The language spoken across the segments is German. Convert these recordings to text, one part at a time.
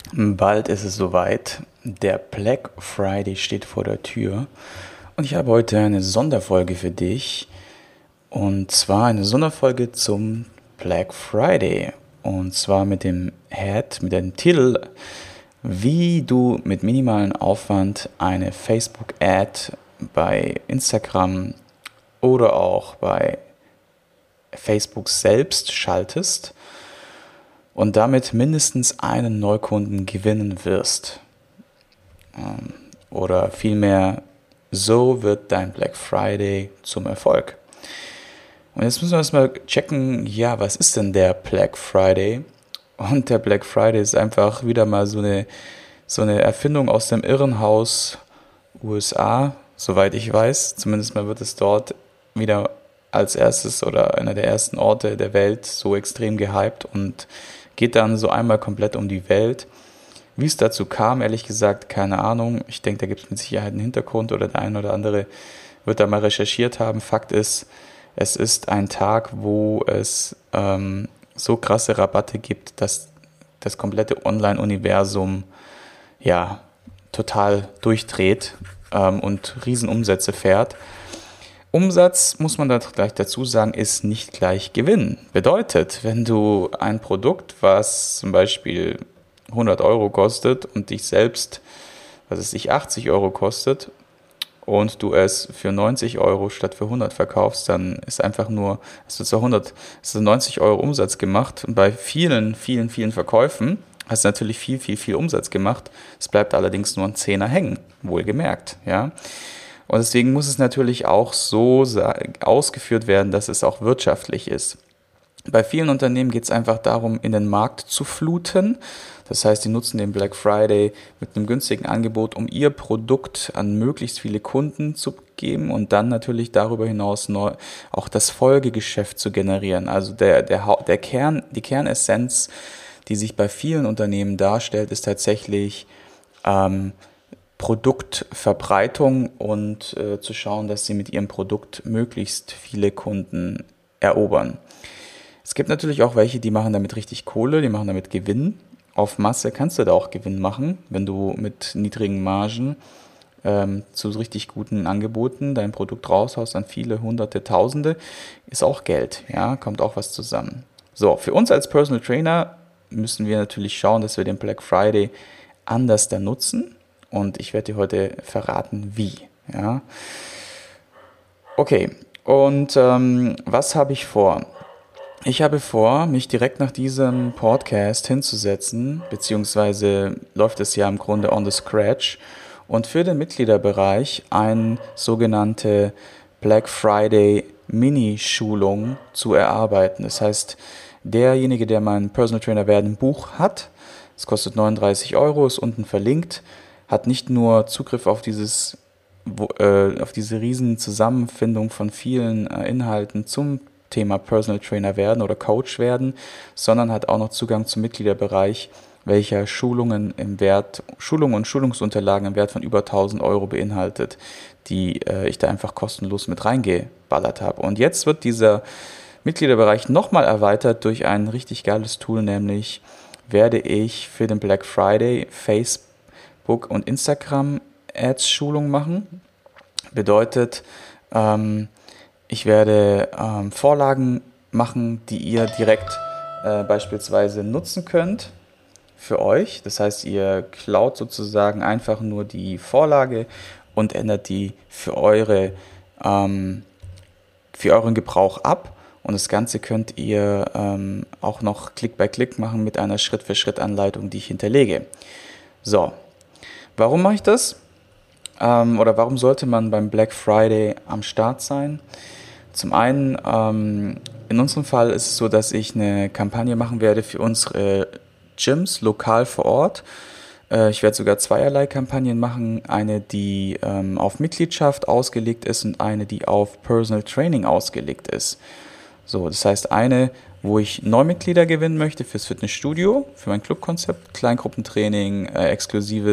Bald ist es soweit. Der Black Friday steht vor der Tür und ich habe heute eine Sonderfolge für dich, und zwar eine Sonderfolge zum Black Friday, und zwar mit dem Titel, wie du mit minimalem Aufwand eine Facebook-Ad bei Instagram oder auch bei Facebook selbst schaltest und damit mindestens einen Neukunden gewinnen wirst. Oder vielmehr, so wird dein Black Friday zum Erfolg. Und jetzt müssen wir erstmal checken, ja, was ist denn der Black Friday? Und der Black Friday ist einfach wieder mal so eine Erfindung aus dem Irrenhaus USA, soweit ich weiß. Zumindest mal wird es dort wieder als erstes oder einer der ersten Orte der Welt so extrem gehypt und geht dann so einmal komplett um die Welt. Wie es dazu kam, ehrlich gesagt, keine Ahnung. Ich denke, da gibt es mit Sicherheit einen Hintergrund oder der eine oder andere wird da mal recherchiert haben. Fakt ist, es ist ein Tag, wo es so krasse Rabatte gibt, dass das komplette Online-Universum ja total durchdreht und Riesenumsätze fährt. Umsatz, muss man da gleich dazu sagen, ist nicht gleich Gewinn. Bedeutet, wenn du ein Produkt, was zum Beispiel 100 Euro kostet und dich selbst, was es sich 80 Euro kostet, und du es für 90 Euro statt für 100 verkaufst, dann ist einfach nur, hast du zu 100, hast du 90 Euro Umsatz gemacht. Und bei vielen Verkäufen hast du natürlich viel Umsatz gemacht. Es bleibt allerdings nur ein Zehner hängen, wohlgemerkt, ja. Und deswegen muss es natürlich auch so ausgeführt werden, dass es auch wirtschaftlich ist. Bei vielen Unternehmen geht es einfach darum, in den Markt zu fluten. Das heißt, die nutzen den Black Friday mit einem günstigen Angebot, um ihr Produkt an möglichst viele Kunden zu geben und dann natürlich darüber hinaus auch das Folgegeschäft zu generieren. Also die Kernessenz, die sich bei vielen Unternehmen darstellt, ist tatsächlich Produktverbreitung und zu schauen, dass sie mit ihrem Produkt möglichst viele Kunden erobern. Es gibt natürlich auch welche, die machen damit richtig Kohle, die machen damit Gewinn. Auf Masse kannst du da auch Gewinn machen, wenn du mit niedrigen Margen zu richtig guten Angeboten dein Produkt raushaust an viele Hunderte, Tausende, ist auch Geld, ja, kommt auch was zusammen. So, für uns als Personal Trainer müssen wir natürlich schauen, dass wir den Black Friday anders da nutzen, und ich werde dir heute verraten, wie, ja. Okay, und was habe ich vor? Ich habe vor, mich direkt nach diesem Podcast hinzusetzen, beziehungsweise läuft es ja im Grunde on the scratch, und für den Mitgliederbereich eine sogenannte Black Friday Mini-Schulung zu erarbeiten. Das heißt, derjenige, der mein Personal Trainer werden Buch hat, es kostet 39 Euro, ist unten verlinkt, hat nicht nur Zugriff auf diese riesen Zusammenfindung von vielen Inhalten zum Thema Personal Trainer werden oder Coach werden, sondern hat auch noch Zugang zum Mitgliederbereich, welcher Schulungen und Schulungsunterlagen im Wert von über 1000 Euro beinhaltet, die ich da einfach kostenlos mit reingeballert habe. Und jetzt wird dieser Mitgliederbereich nochmal erweitert durch ein richtig geiles Tool, nämlich werde ich für den Black Friday Facebook und Instagram Ads Schulung machen. Bedeutet, ich werde Vorlagen machen, die ihr direkt beispielsweise nutzen könnt für euch. Das heißt, ihr klaut sozusagen einfach nur die Vorlage und ändert die für euren Gebrauch ab. Und das Ganze könnt ihr auch noch Klick bei Klick machen mit einer Schritt-für-Schritt-Anleitung, die ich hinterlege. So, warum mache ich das? Oder warum sollte man beim Black Friday am Start sein? Zum einen, in unserem Fall ist es so, dass ich eine Kampagne machen werde für unsere Gyms lokal vor Ort. Ich werde sogar zweierlei Kampagnen machen. Eine, die auf Mitgliedschaft ausgelegt ist, und eine, die auf Personal Training ausgelegt ist. So, das heißt, eine, wo ich Neumitglieder gewinnen möchte fürs Fitnessstudio, für mein Clubkonzept, Kleingruppentraining, eine exklusive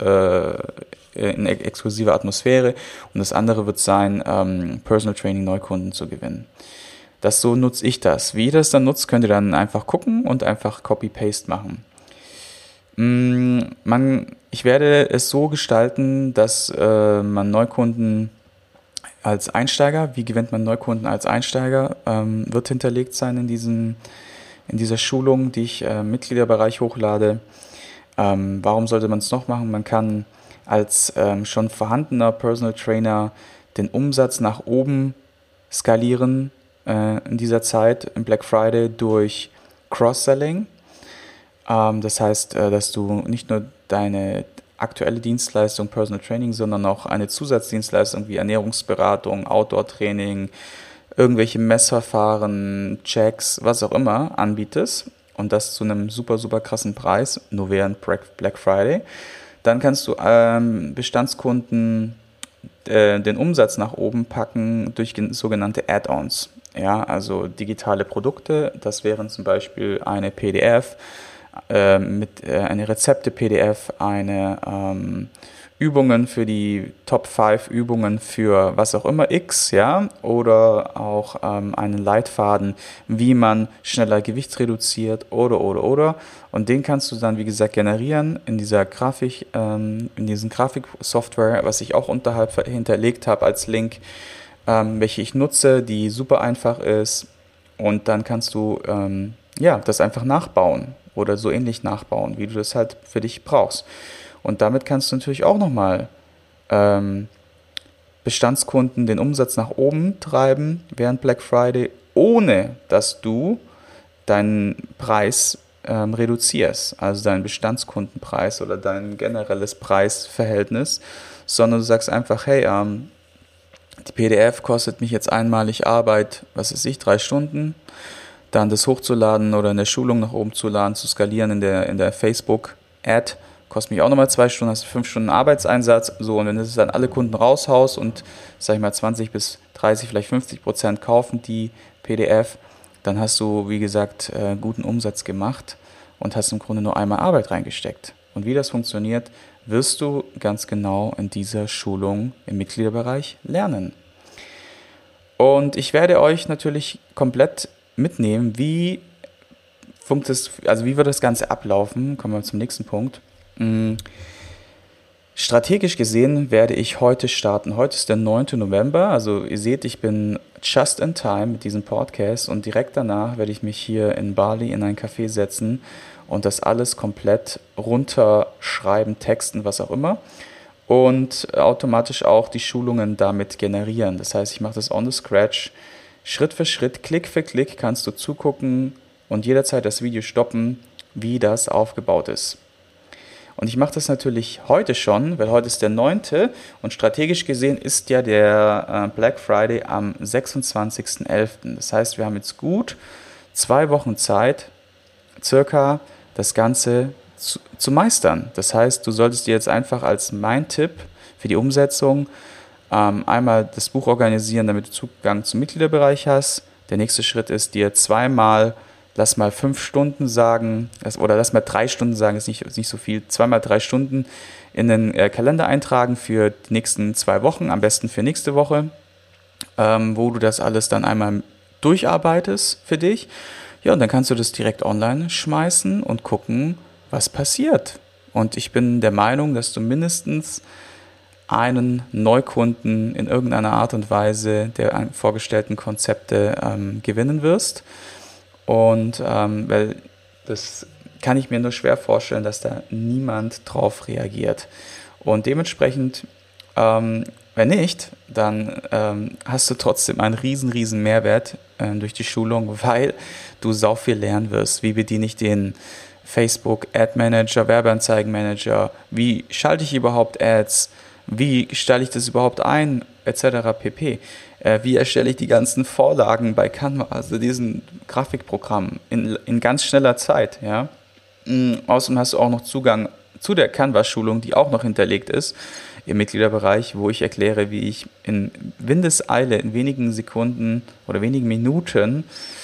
Atmosphäre, und das andere wird sein, Personal Training Neukunden zu gewinnen. So nutze ich das. Wie ihr das dann nutzt, könnt ihr dann einfach gucken und einfach Copy-Paste machen. Ich werde es so gestalten, dass man Neukunden als Einsteiger, wie gewinnt man Neukunden als Einsteiger, wird hinterlegt sein in dieser Schulung, die ich im Mitgliederbereich hochlade. Warum sollte man es noch machen? Man kann als schon vorhandener Personal Trainer den Umsatz nach oben skalieren in dieser Zeit im Black Friday durch Cross-Selling. Das heißt, dass du nicht nur deine aktuelle Dienstleistung Personal Training, sondern auch eine Zusatzdienstleistung wie Ernährungsberatung, Outdoor-Training, irgendwelche Messverfahren, Checks, was auch immer anbietest und das zu einem super, super krassen Preis, nur während Black Friday. Dann kannst du Bestandskunden den Umsatz nach oben packen durch sogenannte Add-ons. Ja, also digitale Produkte, das wären zum Beispiel eine PDF, eine Rezepte-PDF, eine Übungen für die Top 5 Übungen für was auch immer X, ja, oder auch einen Leitfaden, wie man schneller Gewicht reduziert oder. Und den kannst du dann, wie gesagt, generieren in dieser in diesen Grafiksoftware, was ich auch unterhalb hinterlegt habe als Link, welche ich nutze, die super einfach ist. Und dann kannst du das einfach nachbauen oder so ähnlich nachbauen, wie du das halt für dich brauchst. Und damit kannst du natürlich auch nochmal Bestandskunden den Umsatz nach oben treiben während Black Friday, ohne dass du deinen Preis reduzierst, also deinen Bestandskundenpreis oder dein generelles Preisverhältnis, sondern du sagst einfach, hey, die PDF kostet mich jetzt einmalig Arbeit, 3 Stunden, dann das hochzuladen oder in der Schulung nach oben zu laden, zu skalieren in der Facebook-Ad, kostet mich auch nochmal 2 Stunden, hast du 5 Stunden Arbeitseinsatz, so, und wenn du das dann alle Kunden raushaust und, 20 bis 30, vielleicht 50% kaufen die PDF, dann hast du, wie gesagt, guten Umsatz gemacht und hast im Grunde nur einmal Arbeit reingesteckt. Und wie das funktioniert, wirst du ganz genau in dieser Schulung im Mitgliederbereich lernen. Und ich werde euch natürlich komplett mitnehmen, wie wird das Ganze ablaufen. Kommen wir zum nächsten Punkt. Strategisch gesehen werde ich heute starten. Heute ist der 9. November, also ihr seht, ich bin just in time mit diesem Podcast und direkt danach werde ich mich hier in Bali in ein Café setzen und das alles komplett runterschreiben, texten, was auch immer und automatisch auch die Schulungen damit generieren. Das heißt, ich mache das on the scratch, Schritt für Schritt, Klick für Klick kannst du zugucken und jederzeit das Video stoppen, wie das aufgebaut ist. Und ich mache das natürlich heute schon, weil heute ist der 9. und strategisch gesehen ist ja der Black Friday am 26.11. Das heißt, wir haben jetzt gut 2 Wochen Zeit, circa das Ganze zu meistern. Das heißt, du solltest dir jetzt einfach als mein Tipp für die Umsetzung einmal das Buch organisieren, damit du Zugang zum Mitgliederbereich hast. Der nächste Schritt ist dir lass mal 5 Stunden sagen, oder lass mal 3 Stunden sagen, ist nicht so viel, 2 mal 3 Stunden in den Kalender eintragen für die nächsten 2 Wochen, am besten für nächste Woche, wo du das alles dann einmal durcharbeitest für dich. Ja, und dann kannst du das direkt online schmeißen und gucken, was passiert. Und ich bin der Meinung, dass du mindestens einen Neukunden in irgendeiner Art und Weise der vorgestellten Konzepte gewinnen wirst. Und weil das kann ich mir nur schwer vorstellen, dass da niemand drauf reagiert. Und dementsprechend, wenn nicht, dann hast du trotzdem einen riesen Mehrwert durch die Schulung, weil du sau viel lernen wirst. Wie bediene ich den Facebook Ad Manager, Werbeanzeigenmanager? Wie schalte ich überhaupt Ads? Wie stelle ich das überhaupt ein? Etc. pp. Wie erstelle ich die ganzen Vorlagen bei Canva, also diesen Grafikprogramm in ganz schneller Zeit. Ja? Außerdem hast du auch noch Zugang zu der Canva-Schulung, die auch noch hinterlegt ist im Mitgliederbereich, wo ich erkläre, wie ich in Windeseile, in wenigen Sekunden oder wenigen Minuten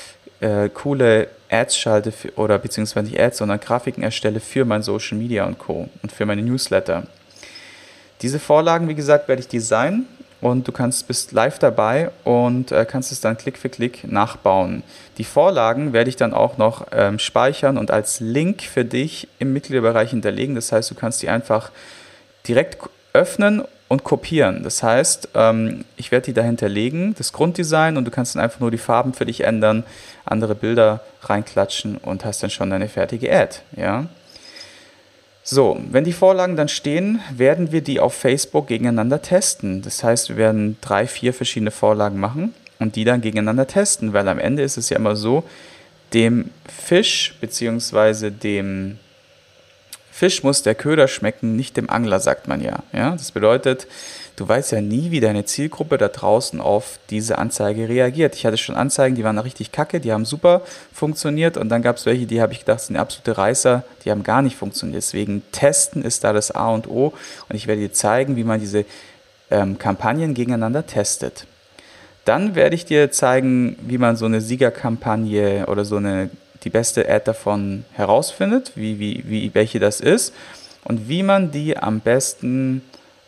coole Ads schalte oder beziehungsweise nicht Ads, sondern Grafiken erstelle für mein Social Media und Co. und für meine Newsletter. Diese Vorlagen, wie gesagt, werde ich designen und bist live dabei und kannst es dann Klick für Klick nachbauen. Die Vorlagen werde ich dann auch noch speichern und als Link für dich im Mitgliederbereich hinterlegen. Das heißt, du kannst die einfach direkt öffnen und kopieren. Das heißt, ich werde die dahinter legen, das Grunddesign, und du kannst dann einfach nur die Farben für dich ändern, andere Bilder reinklatschen und hast dann schon deine fertige Ad. Ja? So, wenn die Vorlagen dann stehen, werden wir die auf Facebook gegeneinander testen. Das heißt, wir werden 3, 4 verschiedene Vorlagen machen und die dann gegeneinander testen, weil am Ende ist es ja immer so, dem Fisch bzw. dem Fisch muss der Köder schmecken, nicht dem Angler, sagt man ja. Das bedeutet, du weißt ja nie, wie deine Zielgruppe da draußen auf diese Anzeige reagiert. Ich hatte schon Anzeigen, die waren richtig kacke, die haben super funktioniert, und dann gab es welche, die habe ich gedacht, sind absolute Reißer, die haben gar nicht funktioniert. Deswegen testen ist da das A und O, und ich werde dir zeigen, wie man diese Kampagnen gegeneinander testet. Dann werde ich dir zeigen, wie man so eine Siegerkampagne oder die beste Ad davon herausfindet, welche das ist und wie man die am besten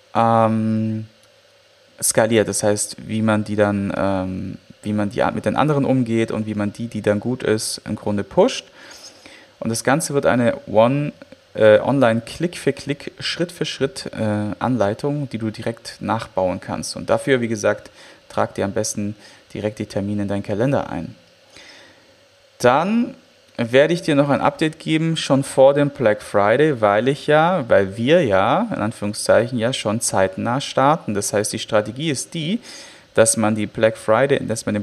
skaliert. Das heißt, wie man die mit den anderen umgeht und wie man die dann gut ist, im Grunde pusht. Und das Ganze wird eine Online-Klick-für-Klick, Schritt-für-Schritt Anleitung, die du direkt nachbauen kannst. Und dafür, wie gesagt, trag dir am besten direkt die Termine in deinen Kalender ein. Dann werde ich dir noch ein Update geben, schon vor dem Black Friday, weil wir ja, in Anführungszeichen, ja schon zeitnah starten. Das heißt, die Strategie ist die, dass man den Black Friday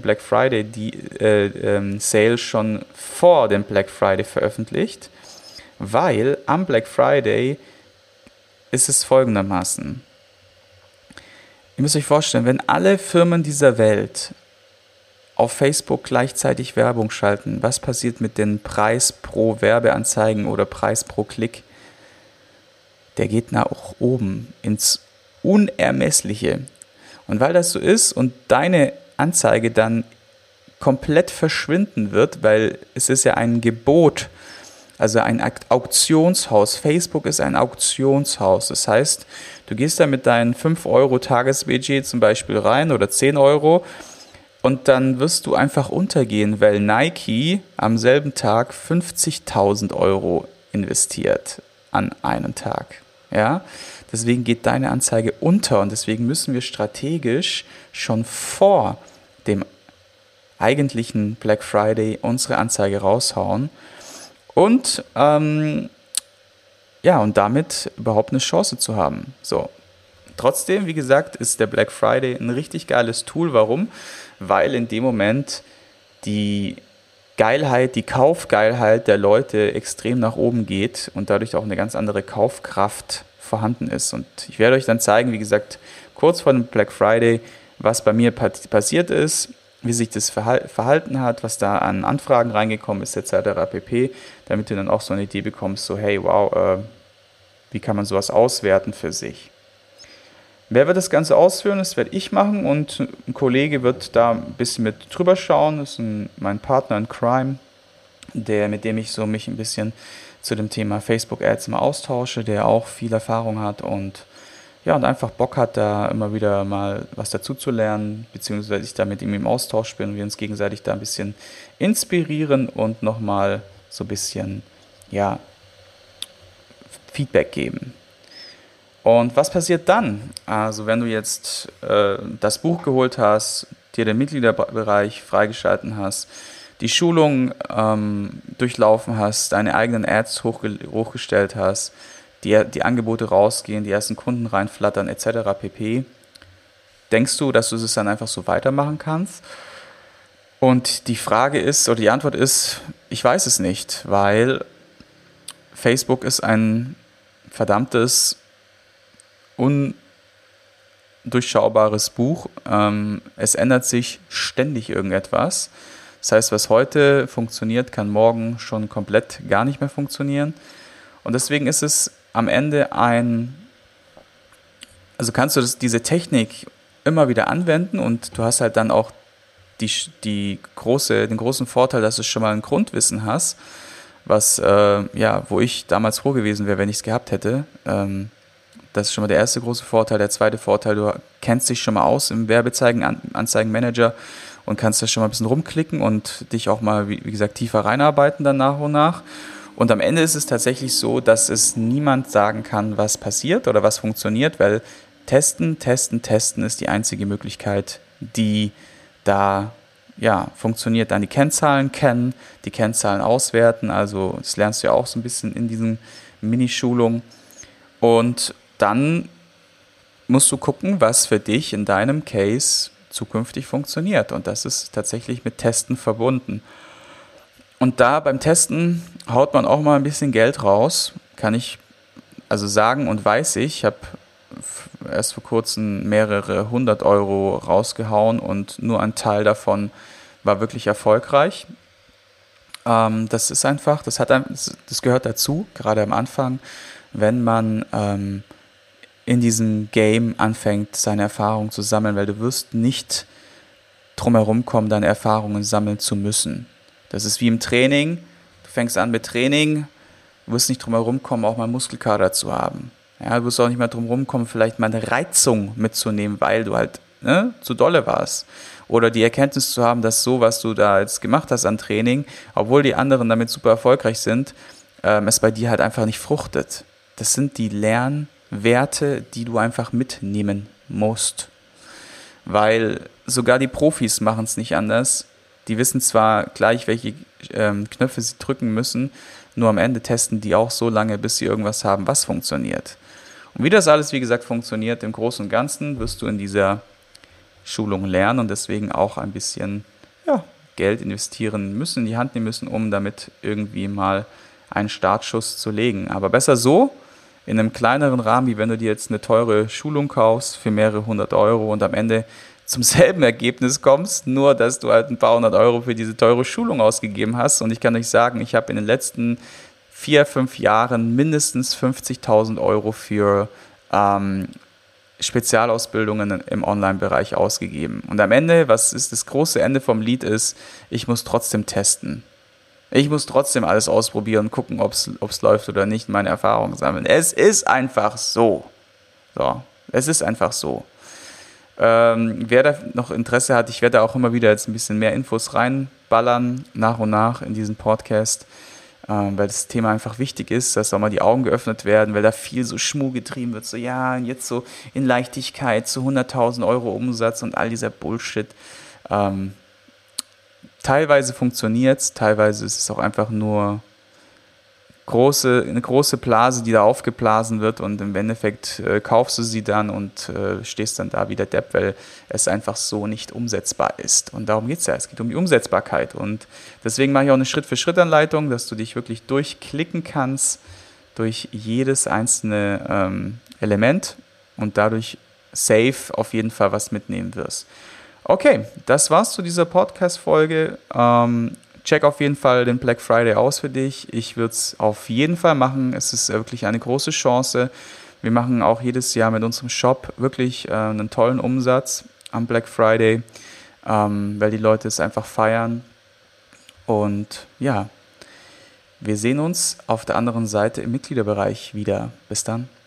Sale schon vor dem Black Friday veröffentlicht, weil am Black Friday ist es folgendermaßen. Ihr müsst euch vorstellen, wenn alle Firmen dieser Welt auf Facebook gleichzeitig Werbung schalten, was passiert mit dem Preis pro Werbeanzeigen oder Preis pro Klick? Der geht nach oben ins Unermessliche. Und weil das so ist und deine Anzeige dann komplett verschwinden wird, weil es ist ja ein Gebot, also ein Auktionshaus. Facebook ist ein Auktionshaus. Das heißt, du gehst da mit deinen 5 Euro Tagesbudget zum Beispiel rein oder 10 Euro, und dann wirst du einfach untergehen, weil Nike am selben Tag 50.000 Euro investiert an einem Tag. Ja? Deswegen geht deine Anzeige unter, und deswegen müssen wir strategisch schon vor dem eigentlichen Black Friday unsere Anzeige raushauen und und damit überhaupt eine Chance zu haben. So. Trotzdem, wie gesagt, ist der Black Friday ein richtig geiles Tool. Warum? Weil in dem Moment die Kaufgeilheit der Leute extrem nach oben geht und dadurch auch eine ganz andere Kaufkraft vorhanden ist. Und ich werde euch dann zeigen, wie gesagt, kurz vor dem Black Friday, was bei mir passiert ist, wie sich das verhalten hat, was da an Anfragen reingekommen ist, etc. pp., damit du dann auch so eine Idee bekommst, so hey, wow, wie kann man sowas auswerten für sich. Wer wird das Ganze ausführen? Das werde ich machen, und ein Kollege wird da ein bisschen mit drüber schauen. Das ist mein Partner in Crime, mit dem ich so mich ein bisschen zu dem Thema Facebook Ads mal austausche, der auch viel Erfahrung hat und einfach Bock hat, da immer wieder mal was dazu zu lernen, beziehungsweise ich da mit ihm im Austausch bin und wir uns gegenseitig da ein bisschen inspirieren und nochmal so ein bisschen, Feedback geben. Und was passiert dann? Also wenn du jetzt das Buch geholt hast, dir den Mitgliederbereich freigeschalten hast, die Schulung durchlaufen hast, deine eigenen Ads hochgestellt hast, die Angebote rausgehen, die ersten Kunden reinflattern etc. pp. Denkst du, dass du es dann einfach so weitermachen kannst? Und die Antwort ist, ich weiß es nicht, weil Facebook ist ein verdammtes undurchschaubares Buch. Es ändert sich ständig irgendetwas. Das heißt, was heute funktioniert, kann morgen schon komplett gar nicht mehr funktionieren. Und deswegen ist es am Ende kannst du diese Technik immer wieder anwenden, und du hast halt dann auch den großen Vorteil, dass du schon mal ein Grundwissen hast, wo ich damals froh gewesen wäre, wenn ich es gehabt hätte. Das ist schon mal der erste große Vorteil. Der zweite Vorteil, du kennst dich schon mal aus im Anzeigenmanager und kannst da schon mal ein bisschen rumklicken und dich auch mal, wie gesagt, tiefer reinarbeiten dann nach und nach. Und am Ende ist es tatsächlich so, dass es niemand sagen kann, was passiert oder was funktioniert, weil testen ist die einzige Möglichkeit, die da funktioniert. Dann die Kennzahlen kennen, die Kennzahlen auswerten, also das lernst du ja auch so ein bisschen in diesen Minischulungen. Und dann musst du gucken, was für dich in deinem Case zukünftig funktioniert. Und das ist tatsächlich mit Testen verbunden. Und da beim Testen haut man auch mal ein bisschen Geld raus, kann ich also sagen und weiß ich habe erst vor kurzem mehrere 100 € rausgehauen und nur ein Teil davon war wirklich erfolgreich. Das ist einfach, das gehört dazu, gerade am Anfang, wenn man in diesem Game anfängt, seine Erfahrungen zu sammeln, weil du wirst nicht drum herum kommen, deine Erfahrungen sammeln zu müssen. Das ist wie im Training. Du fängst an mit Training, du wirst nicht drum herum kommen, auch mal Muskelkater zu haben. Ja, du wirst auch nicht mehr drum herum kommen, vielleicht mal eine Reizung mitzunehmen, weil du halt zu dolle warst. Oder die Erkenntnis zu haben, dass so, was du da jetzt gemacht hast an Training, obwohl die anderen damit super erfolgreich sind, es bei dir halt einfach nicht fruchtet. Das sind die Lernwerte, die du einfach mitnehmen musst. Weil sogar die Profis machen es nicht anders. Die wissen zwar gleich, welche Knöpfe sie drücken müssen, nur am Ende testen die auch so lange, bis sie irgendwas haben, was funktioniert. Und wie das alles, wie gesagt, funktioniert im Großen und Ganzen, wirst du in dieser Schulung lernen und deswegen auch ein bisschen Geld investieren müssen, in die Hand nehmen müssen, um damit irgendwie mal einen Startschuss zu legen. Aber besser so, in einem kleineren Rahmen, wie wenn du dir jetzt eine teure Schulung kaufst für mehrere 100 € und am Ende zum selben Ergebnis kommst, nur dass du halt ein paar 100 € für diese teure Schulung ausgegeben hast. Und ich kann euch sagen, ich habe in den letzten 4-5 Jahren mindestens 50.000 € für Spezialausbildungen im Online-Bereich ausgegeben. Und am Ende, was ist das große Ende vom Lied ist, ich muss trotzdem testen. Ich muss trotzdem alles ausprobieren und gucken, ob es läuft oder nicht, meine Erfahrungen sammeln. Es ist einfach so. Es ist einfach so. Wer da noch Interesse hat, ich werde da auch immer wieder jetzt ein bisschen mehr Infos reinballern, nach und nach in diesen Podcast, weil das Thema einfach wichtig ist, dass auch mal die Augen geöffnet werden, weil da viel so Schmuh getrieben wird, so jetzt so in Leichtigkeit, so 100.000 € Umsatz und all dieser Bullshit. Teilweise funktioniert es, teilweise ist es auch einfach nur eine große Blase, die da aufgeblasen wird und im Endeffekt kaufst du sie dann und stehst dann da wie der Depp, weil es einfach so nicht umsetzbar ist. Und darum geht es ja, es geht um die Umsetzbarkeit und deswegen mache ich auch eine Schritt-für-Schritt-Anleitung, dass du dich wirklich durchklicken kannst durch jedes einzelne Element und dadurch safe auf jeden Fall was mitnehmen wirst. Okay, das war's zu dieser Podcast-Folge. Check auf jeden Fall den Black Friday aus für dich. Ich würde es auf jeden Fall machen. Es ist wirklich eine große Chance. Wir machen auch jedes Jahr mit unserem Shop wirklich einen tollen Umsatz am Black Friday, weil die Leute es einfach feiern. Und ja, wir sehen uns auf der anderen Seite im Mitgliederbereich wieder. Bis dann.